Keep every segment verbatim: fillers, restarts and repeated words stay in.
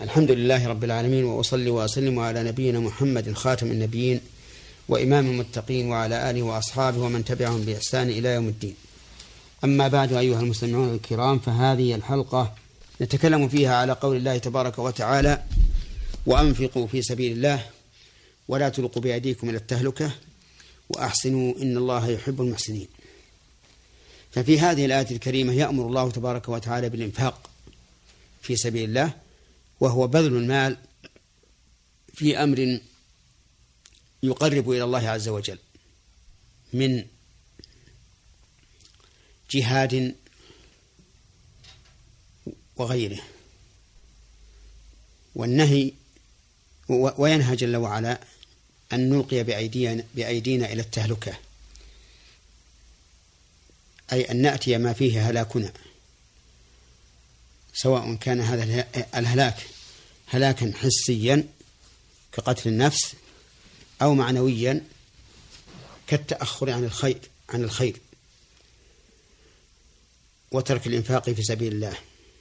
الحمد لله رب العالمين، وأصلي وأسلم على نبينا محمد خاتم النبيين وإمام المتقين وعلى آله وأصحابه ومن تبعهم بإحسان إلى يوم الدين. أما بعد، أيها المستمعون الكرام، فهذه الحلقة نتكلم فيها على قول الله تبارك وتعالى: وأنفقوا في سبيل الله ولا تلقوا بأيديكم إلى التهلكة وأحسنوا إن الله يحب المحسنين. ففي هذه الآية الكريمة يأمر الله تبارك وتعالى بالإنفاق في سبيل الله، وهو بذل المال في أمر يقرب إلى الله عز وجل من جهاد وغيره، والنهي وينهى جل وعلا أن نلقي بأيدينا, بأيدينا إلى التهلكة، أي أن نأتي ما فيه هلاكنا، سواء كان هذا الهلاك هلاكا حسيا كقتل النفس أو معنويا كالتأخر عن الخير عن الخير وترك الإنفاق في سبيل الله.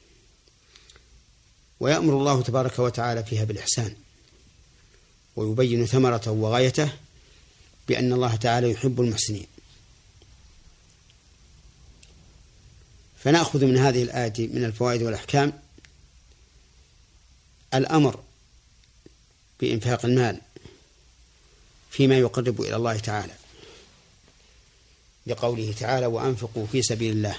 ويأمر الله تبارك وتعالى فيها بالإحسان، ويبين ثمرته وغايته بأن الله تعالى يحب المحسنين. فنأخذ من هذه الآية من الفوائد والأحكام الأمر بإنفاق المال فيما يقرب إلى الله تعالى، لقوله تعالى: وأنفقوا في سبيل الله.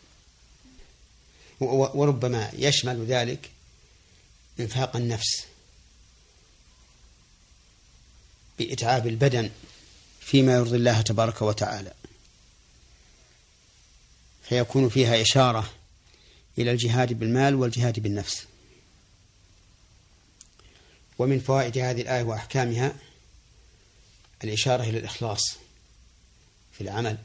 وربما يشمل ذلك إنفاق النفس بإتعاب البدن فيما يرضي الله تبارك وتعالى، فيكون فيها إشارة إلى الجهاد بالمال والجهاد بالنفس. ومن فوائد هذه الآية وأحكامها الإشارة إلى الإخلاص في العمل،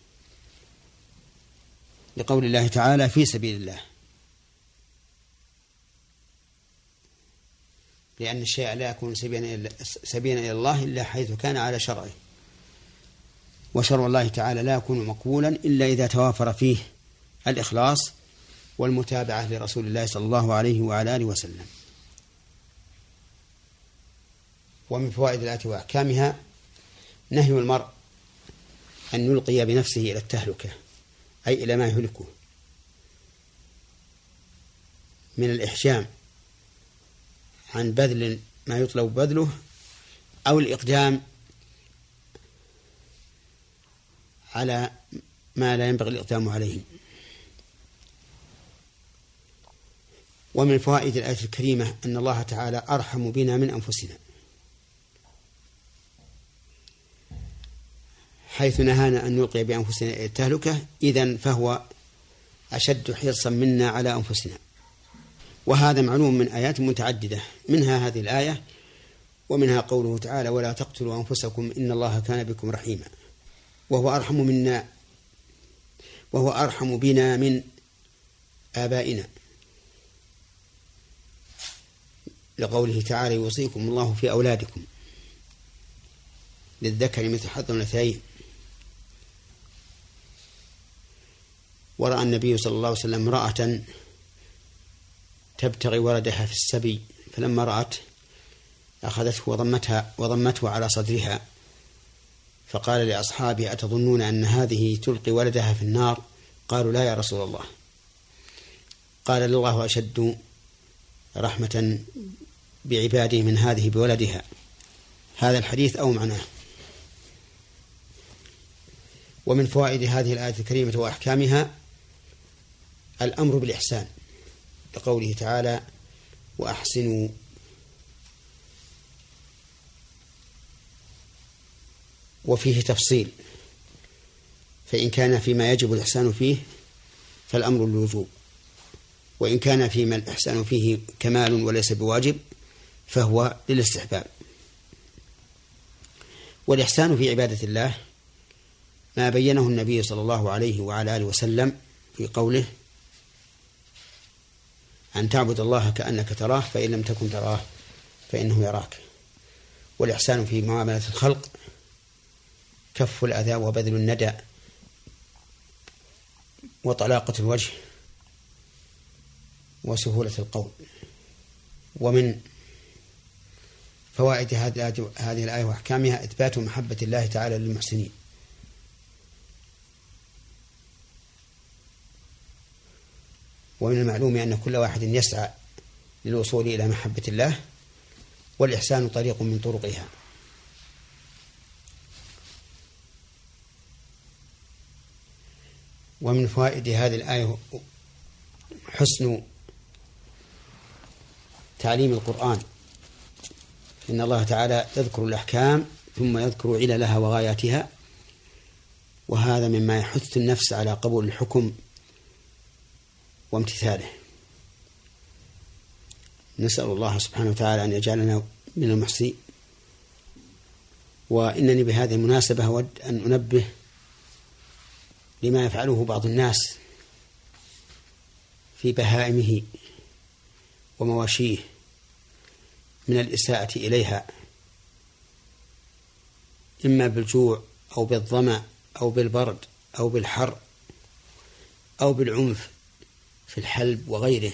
لقول الله تعالى: في سبيل الله، لأن الشيء لا يكون سبيلا إلى الله إلا حيث كان على شرعه، وشرع الله تعالى لا يكون مقبولا إلا إذا توافر فيه الإخلاص والمتابعة لرسول الله صلى الله عليه وعلى آله وسلم. ومن فوائد الآية وأحكامها نهي المرء أن يلقي بنفسه إلى التهلكة، أي إلى ما يهلكه من الإحجام عن بذل ما يطلب بذله أو الإقدام على ما لا ينبغي الإقدام عليه. ومن فوائد الآية الكريمة أن الله تعالى أرحم بنا من أنفسنا، حيث نهانا أن نلقي بأنفسنا إلى التهلكة، إذن فهو أشد حرصا منا على أنفسنا. وهذا معلوم من آيات متعددة، منها هذه الآية، ومنها قوله تعالى: ولا تقتلوا أنفسكم إن الله كان بكم رحيما. وهو أرحم منا وهو أرحم بنا من آبائنا، لقوله تعالى: يوصيكم الله في أولادكم للذكر مثل حظ الأنثيين. ورأى النبي صلى الله عليه وسلم امرأة تبتغي ولدها في السبي، فلما رأت أخذته وضمتها وضمته على صدرها، فقال لأصحابه: أتظنون أن هذه تلقي ولدها في النار؟ قالوا: لا يا رسول الله. قال: الله أشد رحمة بعباده من هذه بولدها. هذا الحديث أو معناه. ومن فوائد هذه الآية الكريمة وأحكامها الأمر بالإحسان، لقوله تعالى: وأحسنوا. وفيه تفصيل، فإن كان فيما يجب الإحسان فيه فالأمر للوجوب، وإن كان فيما الإحسان فيه كمال وليس بواجب فهو للاستحباب. والإحسان في عبادة الله ما بينه النبي صلى الله عليه وعلى آله وسلم في قوله: أن تعبد الله كأنك تراه فإن لم تكن تراه فإنه يراك. والإحسان في معاملة الخلق كف الأذى وبذل الندى وطلاقة الوجه وسهولة القول. ومن فوائد هذه الآية وأحكامها إثبات محبة الله تعالى للمحسنين، ومن المعلوم أن كل واحد يسعى للوصول إلى محبة الله، والإحسان طريق من طرقها. ومن فوائد هذه الآية حسن تعليم القرآن، إن الله تعالى يذكر الأحكام ثم يذكر عللها وغاياتها، وهذا مما يحث النفس على قبول الحكم وامتثاله. نسأل الله سبحانه وتعالى أن يجعلنا من المحسنين. وإنني بهذه المناسبة أود أن أنبه لما يفعله بعض الناس في بهائمه ومواشيه من الإساءة إليها، إما بالجوع أو بالظمأ أو بالبرد أو بالحر أو بالعنف في الحلب وغيره،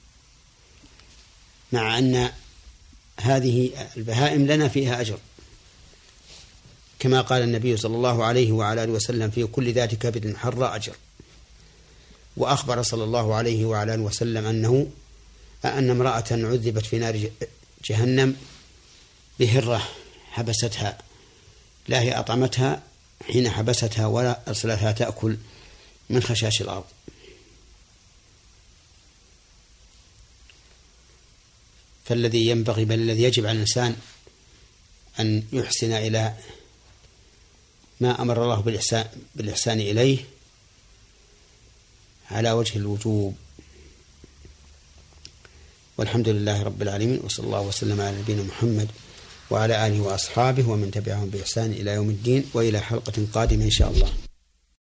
مع أن هذه البهائم لنا فيها أجر، كما قال النبي صلى الله عليه وعلى آله وسلم: في كل ذات كبد حر أجر. وأخبر صلى الله عليه وعلى آله وسلم أنه أن امرأة عذبت في نار جهنم بهرة حبستها، لا هي أطعمتها حين حبستها ولا أرسلتها تأكل من خشاش الأرض. فالذي ينبغي بل الذي يجب على الإنسان أن يحسن إلى ما أمر الله بالإحسان, بالإحسان إليه على وجه الوجوب. والحمد لله رب العالمين، وصلى الله وسلم على نبينا محمد وعلى آله وأصحابه ومن تبعهم بإحسان إلى يوم الدين، وإلى حلقة قادمة إن شاء الله.